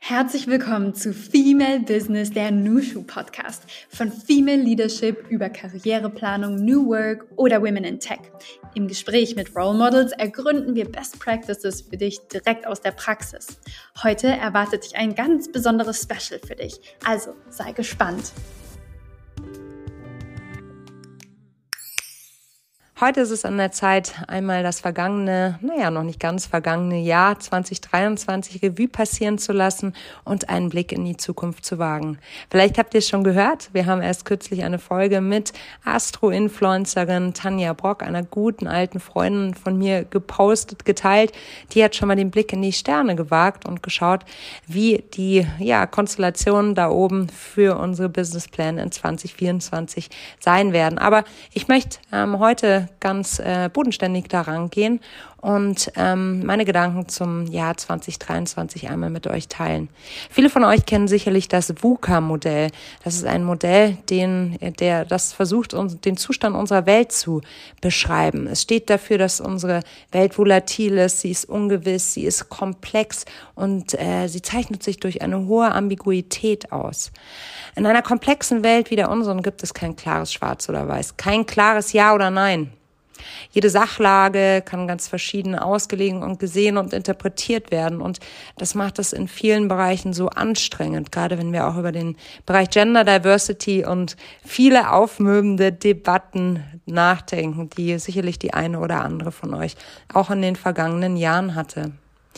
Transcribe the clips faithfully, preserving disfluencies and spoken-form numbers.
Herzlich willkommen zu Female Business, der Nushu Podcast. Von Female Leadership über Karriereplanung, New Work oder Women in Tech. Im Gespräch mit Role Models ergründen wir Best Practices für dich direkt aus der Praxis. Heute erwartet dich ein ganz besonderes Special für dich, also sei gespannt. Heute ist es an der Zeit, einmal das vergangene, naja, noch nicht ganz vergangene Jahr zwanzig dreiundzwanzig Revue passieren zu lassen und einen Blick in die Zukunft zu wagen. Vielleicht habt ihr es schon gehört, wir haben erst kürzlich eine Folge mit Astro-Influencerin Tanja Brock, einer guten alten Freundin von mir, gepostet, geteilt. Die hat schon mal den Blick in die Sterne gewagt und geschaut, wie die ja, Konstellationen da oben für unsere Businesspläne in zwanzig vierundzwanzig sein werden. Aber ich möchte ähm, heute ganz äh, bodenständig daran gehen und ähm, meine Gedanken zum Jahr zwanzig dreiundzwanzig einmal mit euch teilen. Viele von euch kennen sicherlich das VUCA-Modell. Das ist ein Modell, den, der das versucht, uns, den Zustand unserer Welt zu beschreiben. Es steht dafür, dass unsere Welt volatil ist, sie ist ungewiss, sie ist komplex und äh, sie zeichnet sich durch eine hohe Ambiguität aus. In einer komplexen Welt wie der unseren gibt es kein klares Schwarz oder Weiß, kein klares Ja oder Nein. Jede Sachlage kann ganz verschieden ausgelegt und gesehen und interpretiert werden und das macht es in vielen Bereichen so anstrengend, gerade wenn wir auch über den Bereich Gender Diversity und viele aufmöbende Debatten nachdenken, die sicherlich die eine oder andere von euch auch in den vergangenen Jahren hatte.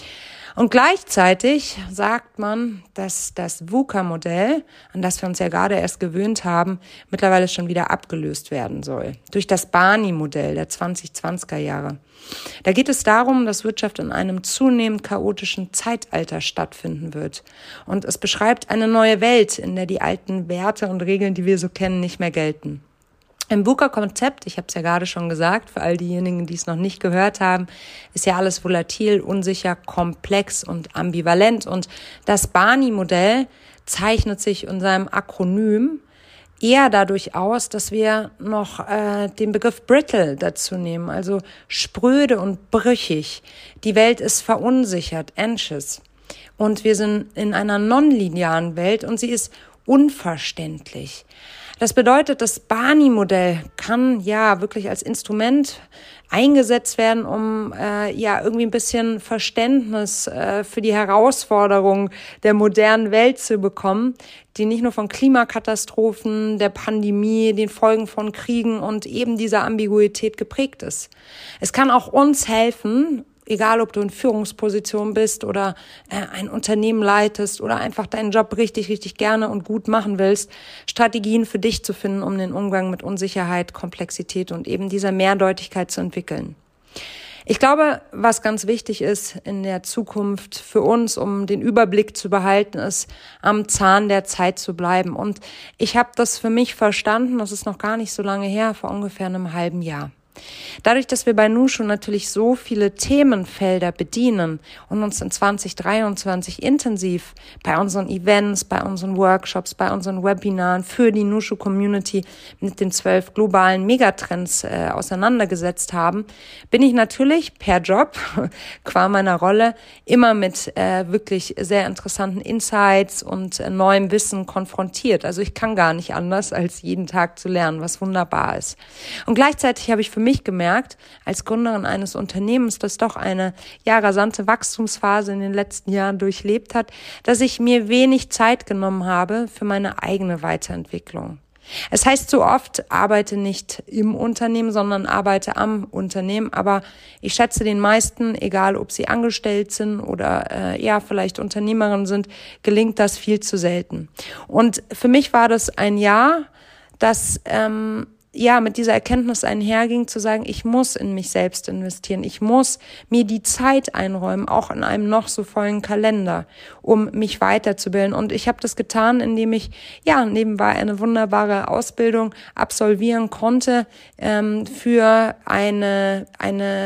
Und gleichzeitig sagt man, dass das VUCA-Modell, an das wir uns ja gerade erst gewöhnt haben, mittlerweile schon wieder abgelöst werden soll. Durch das Barney-Modell der zwanzig zwanziger Jahre. Da geht es darum, dass Wirtschaft in einem zunehmend chaotischen Zeitalter stattfinden wird. Und es beschreibt eine neue Welt, in der die alten Werte und Regeln, die wir so kennen, nicht mehr gelten. Im VUCA-Konzept, ich habe es ja gerade schon gesagt, für all diejenigen, die es noch nicht gehört haben, ist ja alles volatil, unsicher, komplex und ambivalent. Und das Barney-Modell zeichnet sich in seinem Akronym eher dadurch aus, dass wir noch äh, den Begriff brittle dazu nehmen, also spröde und brüchig. Die Welt ist verunsichert, anxious. Und wir sind in einer nonlinearen Welt und sie ist unverständlich. Das bedeutet, das Barney-Modell kann ja wirklich als Instrument eingesetzt werden, um äh, ja irgendwie ein bisschen Verständnis äh, für die Herausforderungen der modernen Welt zu bekommen, die nicht nur von Klimakatastrophen, der Pandemie, den Folgen von Kriegen und eben dieser Ambiguität geprägt ist. Es kann auch uns helfen, egal ob du in Führungsposition bist oder äh, ein Unternehmen leitest oder einfach deinen Job richtig, richtig gerne und gut machen willst, Strategien für dich zu finden, um den Umgang mit Unsicherheit, Komplexität und eben dieser Mehrdeutigkeit zu entwickeln. Ich glaube, was ganz wichtig ist in der Zukunft für uns, um den Überblick zu behalten, ist, am Zahn der Zeit zu bleiben. Und ich habe das für mich verstanden, das ist noch gar nicht so lange her, vor ungefähr einem halben Jahr. Dadurch, dass wir bei Nushu natürlich so viele Themenfelder bedienen und uns in zwanzig dreiundzwanzig intensiv bei unseren Events, bei unseren Workshops, bei unseren Webinaren für die Nushu-Community mit den zwölf globalen Megatrends äh, auseinandergesetzt haben, bin ich natürlich per Job, qua meiner Rolle, immer mit äh, wirklich sehr interessanten Insights und äh, neuem Wissen konfrontiert. Also ich kann gar nicht anders, als jeden Tag zu lernen, was wunderbar ist. Und gleichzeitig habe ich für mich gemerkt, als Gründerin eines Unternehmens, das doch eine ja rasante Wachstumsphase in den letzten Jahren durchlebt hat, dass ich mir wenig Zeit genommen habe für meine eigene Weiterentwicklung. Es heißt so oft, arbeite nicht im Unternehmen, sondern arbeite am Unternehmen. Aber ich schätze, den meisten, egal ob sie angestellt sind oder äh, ja vielleicht Unternehmerinnen sind, gelingt das viel zu selten. Und für mich war das ein Jahr, das ähm, ja, mit dieser Erkenntnis einherging, zu sagen, ich muss in mich selbst investieren. Ich muss mir die Zeit einräumen, auch in einem noch so vollen Kalender, um mich weiterzubilden. Und ich habe das getan, indem ich, ja, nebenbei eine wunderbare Ausbildung absolvieren konnte, ähm, für eine, eine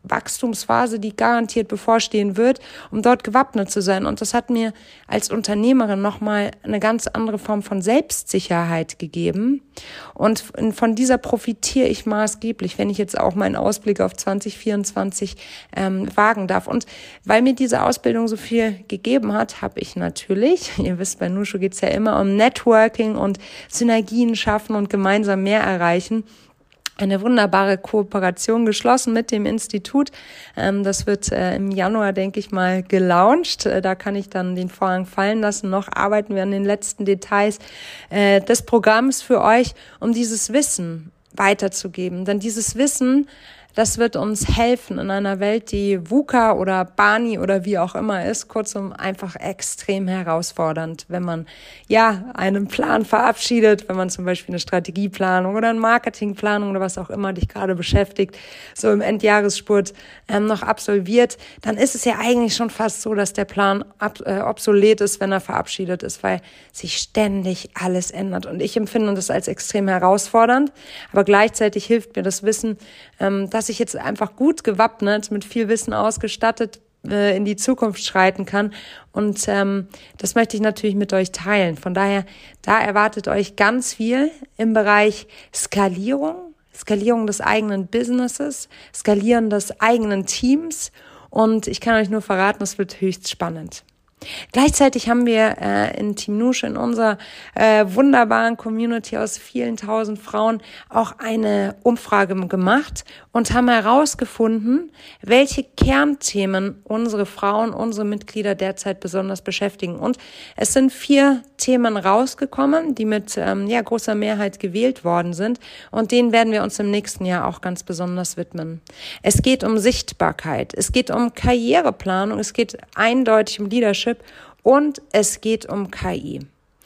Wachstumsphase, die garantiert bevorstehen wird, um dort gewappnet zu sein. Und das hat mir als Unternehmerin nochmal eine ganz andere Form von Selbstsicherheit gegeben. Und von dieser profitiere ich maßgeblich, wenn ich jetzt auch meinen Ausblick auf zwanzig vierundzwanzig ähm, wagen darf. Und weil mir diese Ausbildung so viel gegeben hat, habe ich natürlich, ihr wisst, bei Nushu geht's ja immer um Networking und Synergien schaffen und gemeinsam mehr erreichen, eine wunderbare Kooperation geschlossen mit dem Institut. Ähm, das wird äh, im Januar, denke ich mal, gelauncht. Äh, da kann ich dann den Vorhang fallen lassen. Noch arbeiten wir an den letzten Details äh, des Programms für euch, um dieses Wissen weiterzugeben. Denn dieses Wissen, das wird uns helfen in einer Welt, die VUCA oder BANI oder wie auch immer ist, kurzum einfach extrem herausfordernd, wenn man ja einen Plan verabschiedet, wenn man zum Beispiel eine Strategieplanung oder eine Marketingplanung oder was auch immer dich gerade beschäftigt, so im Endjahresspurt ähm, noch absolviert, dann ist es ja eigentlich schon fast so, dass der Plan ab, äh, obsolet ist, wenn er verabschiedet ist, weil sich ständig alles ändert. Und ich empfinde das als extrem herausfordernd, aber gleichzeitig hilft mir das Wissen, ähm, dass ich jetzt einfach gut gewappnet, mit viel Wissen ausgestattet äh, in die Zukunft schreiten kann. Und ähm, das möchte ich natürlich mit euch teilen. Von daher, da erwartet euch ganz viel im Bereich Skalierung, Skalierung des eigenen Businesses, Skalieren des eigenen Teams. Und ich kann euch nur verraten, es wird höchst spannend. Gleichzeitig haben wir äh, in Team Nushu, in unserer äh, wunderbaren Community aus vielen tausend Frauen, auch eine Umfrage gemacht und haben herausgefunden, welche Kernthemen unsere Frauen, unsere Mitglieder derzeit besonders beschäftigen. Und es sind vier Themen rausgekommen, die mit ähm, ja, großer Mehrheit gewählt worden sind. Und denen werden wir uns im nächsten Jahr auch ganz besonders widmen. Es geht um Sichtbarkeit, es geht um Karriereplanung, es geht eindeutig um Leadership und es geht um K I.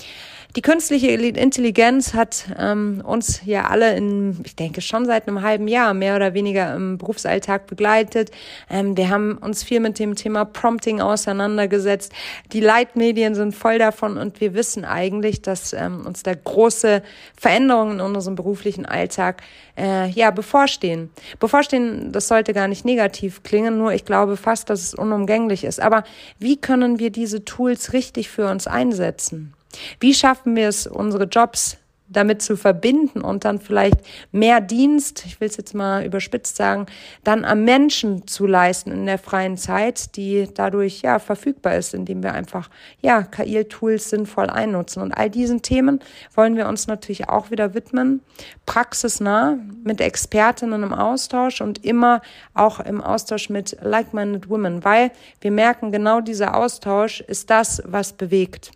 Die künstliche Intelligenz hat ähm, uns ja alle in, ich denke schon seit einem halben Jahr mehr oder weniger im Berufsalltag begleitet. Ähm, wir haben uns viel mit dem Thema Prompting auseinandergesetzt. Die Leitmedien sind voll davon und wir wissen eigentlich, dass ähm, uns da große Veränderungen in unserem beruflichen Alltag äh, ja bevorstehen. Bevorstehen, das sollte gar nicht negativ klingen, nur ich glaube fast, dass es unumgänglich ist. Aber wie können wir diese Tools richtig für uns einsetzen? Wie schaffen wir es, unsere Jobs damit zu verbinden und dann vielleicht mehr Dienst, ich will es jetzt mal überspitzt sagen, dann am Menschen zu leisten in der freien Zeit, die dadurch ja verfügbar ist, indem wir einfach ja K I-Tools sinnvoll einnutzen. Und all diesen Themen wollen wir uns natürlich auch wieder widmen, praxisnah mit Expertinnen im Austausch und immer auch im Austausch mit like-minded women, weil wir merken, genau dieser Austausch ist das, was bewegt.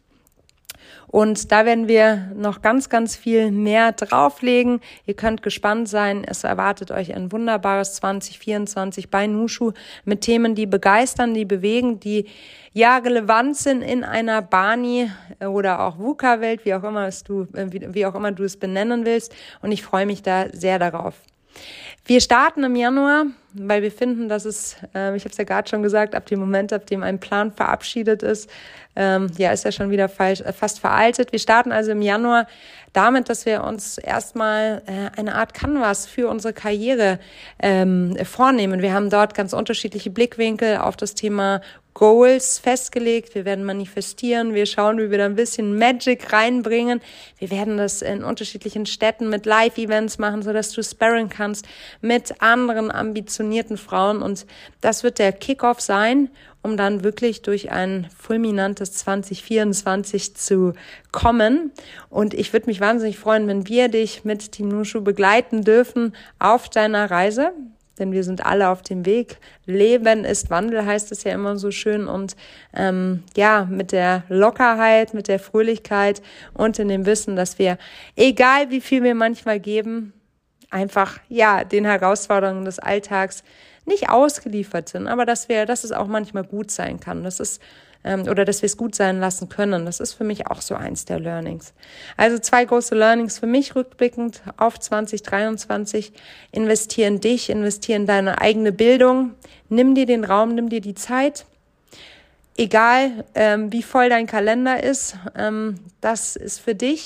Und da werden wir noch ganz, ganz viel mehr drauflegen. Ihr könnt gespannt sein. Es erwartet euch ein wunderbares zwanzig vierundzwanzig bei Nushu mit Themen, die begeistern, die bewegen, die ja relevant sind in einer BANI oder auch VUCA-Welt, wie auch immer es du, wie, wie auch immer du es benennen willst. Und ich freue mich da sehr darauf. Wir starten im Januar, weil wir finden, dass es, äh, ich habe es ja gerade schon gesagt, ab dem Moment, ab dem ein Plan verabschiedet ist, ähm, ja, ist er schon wieder falsch, äh, fast veraltet. Wir starten also im Januar damit, dass wir uns erstmal äh, eine Art Canvas für unsere Karriere ähm, vornehmen. Wir haben dort ganz unterschiedliche Blickwinkel auf das Thema Goals festgelegt. Wir werden manifestieren. Wir schauen, wie wir da ein bisschen Magic reinbringen. Wir werden das in unterschiedlichen Städten mit Live-Events machen, sodass du sparren kannst mit anderen ambitionierten Frauen. Und das wird der Kickoff sein, um dann wirklich durch ein fulminantes zwanzig vierundzwanzig zu kommen. Und ich würde mich wahnsinnig freuen, wenn wir dich mit Team Nushu begleiten dürfen auf deiner Reise. Denn wir sind alle auf dem Weg. Leben ist Wandel, heißt es ja immer so schön. Und ähm, ja, mit der Lockerheit, mit der Fröhlichkeit und in dem Wissen, dass wir, egal wie viel wir manchmal geben, einfach ja den Herausforderungen des Alltags nicht ausgeliefert sind, aber dass wir, dass es auch manchmal gut sein kann. Das ist oder dass wir es gut sein lassen können. Das ist für mich auch so eins der Learnings. Also zwei große Learnings für mich rückblickend auf zwanzig dreiundzwanzig. Investier in dich, investier in deine eigene Bildung. Nimm dir den Raum, nimm dir die Zeit. Egal, ähm, wie voll dein Kalender ist, ähm, das ist für dich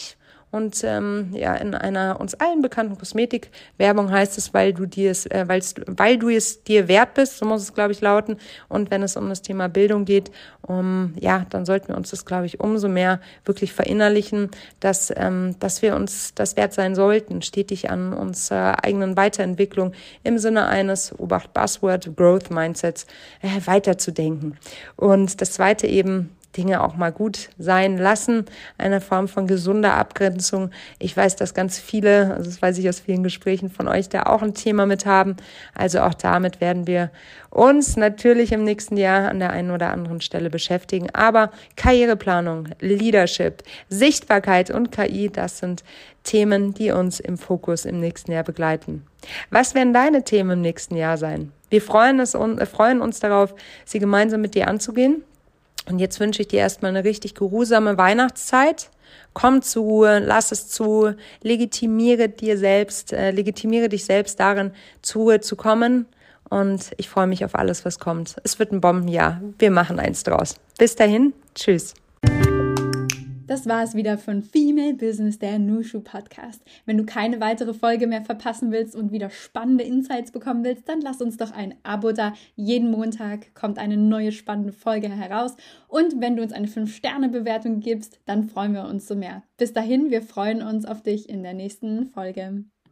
Und ähm, ja, in einer uns allen bekannten Kosmetikwerbung heißt es, weil du dir es, äh, weil's, weil du es dir wert bist, so muss es, glaube ich, lauten. Und wenn es um das Thema Bildung geht, um, ja, dann sollten wir uns das, glaube ich, umso mehr wirklich verinnerlichen, dass, ähm, dass wir uns das wert sein sollten, stetig an unserer eigenen Weiterentwicklung im Sinne eines, Obacht Buzzword, Growth Mindsets, äh, weiterzudenken. Und das zweite eben, Dinge auch mal gut sein lassen, eine Form von gesunder Abgrenzung. Ich weiß, dass ganz viele, also das weiß ich aus vielen Gesprächen von euch, da auch ein Thema mit haben. Also auch damit werden wir uns natürlich im nächsten Jahr an der einen oder anderen Stelle beschäftigen. Aber Karriereplanung, Leadership, Sichtbarkeit und K I, das sind Themen, die uns im Fokus im nächsten Jahr begleiten. Was werden deine Themen im nächsten Jahr sein? Wir freuen, es und, äh, freuen uns darauf, sie gemeinsam mit dir anzugehen. Und jetzt wünsche ich dir erstmal eine richtig geruhsame Weihnachtszeit. Komm zur Ruhe, lass es zu, legitimiere dir selbst, äh, legitimiere dich selbst darin, zur Ruhe zu kommen. Und ich freue mich auf alles, was kommt. Es wird ein Bombenjahr. Wir machen eins draus. Bis dahin, tschüss. Das war es wieder von Female Business, der Nushu Podcast. Wenn du keine weitere Folge mehr verpassen willst und wieder spannende Insights bekommen willst, dann lass uns doch ein Abo da. Jeden Montag kommt eine neue spannende Folge heraus. Und wenn du uns eine fünf Sterne Bewertung gibst, dann freuen wir uns so mehr. Bis dahin, wir freuen uns auf dich in der nächsten Folge.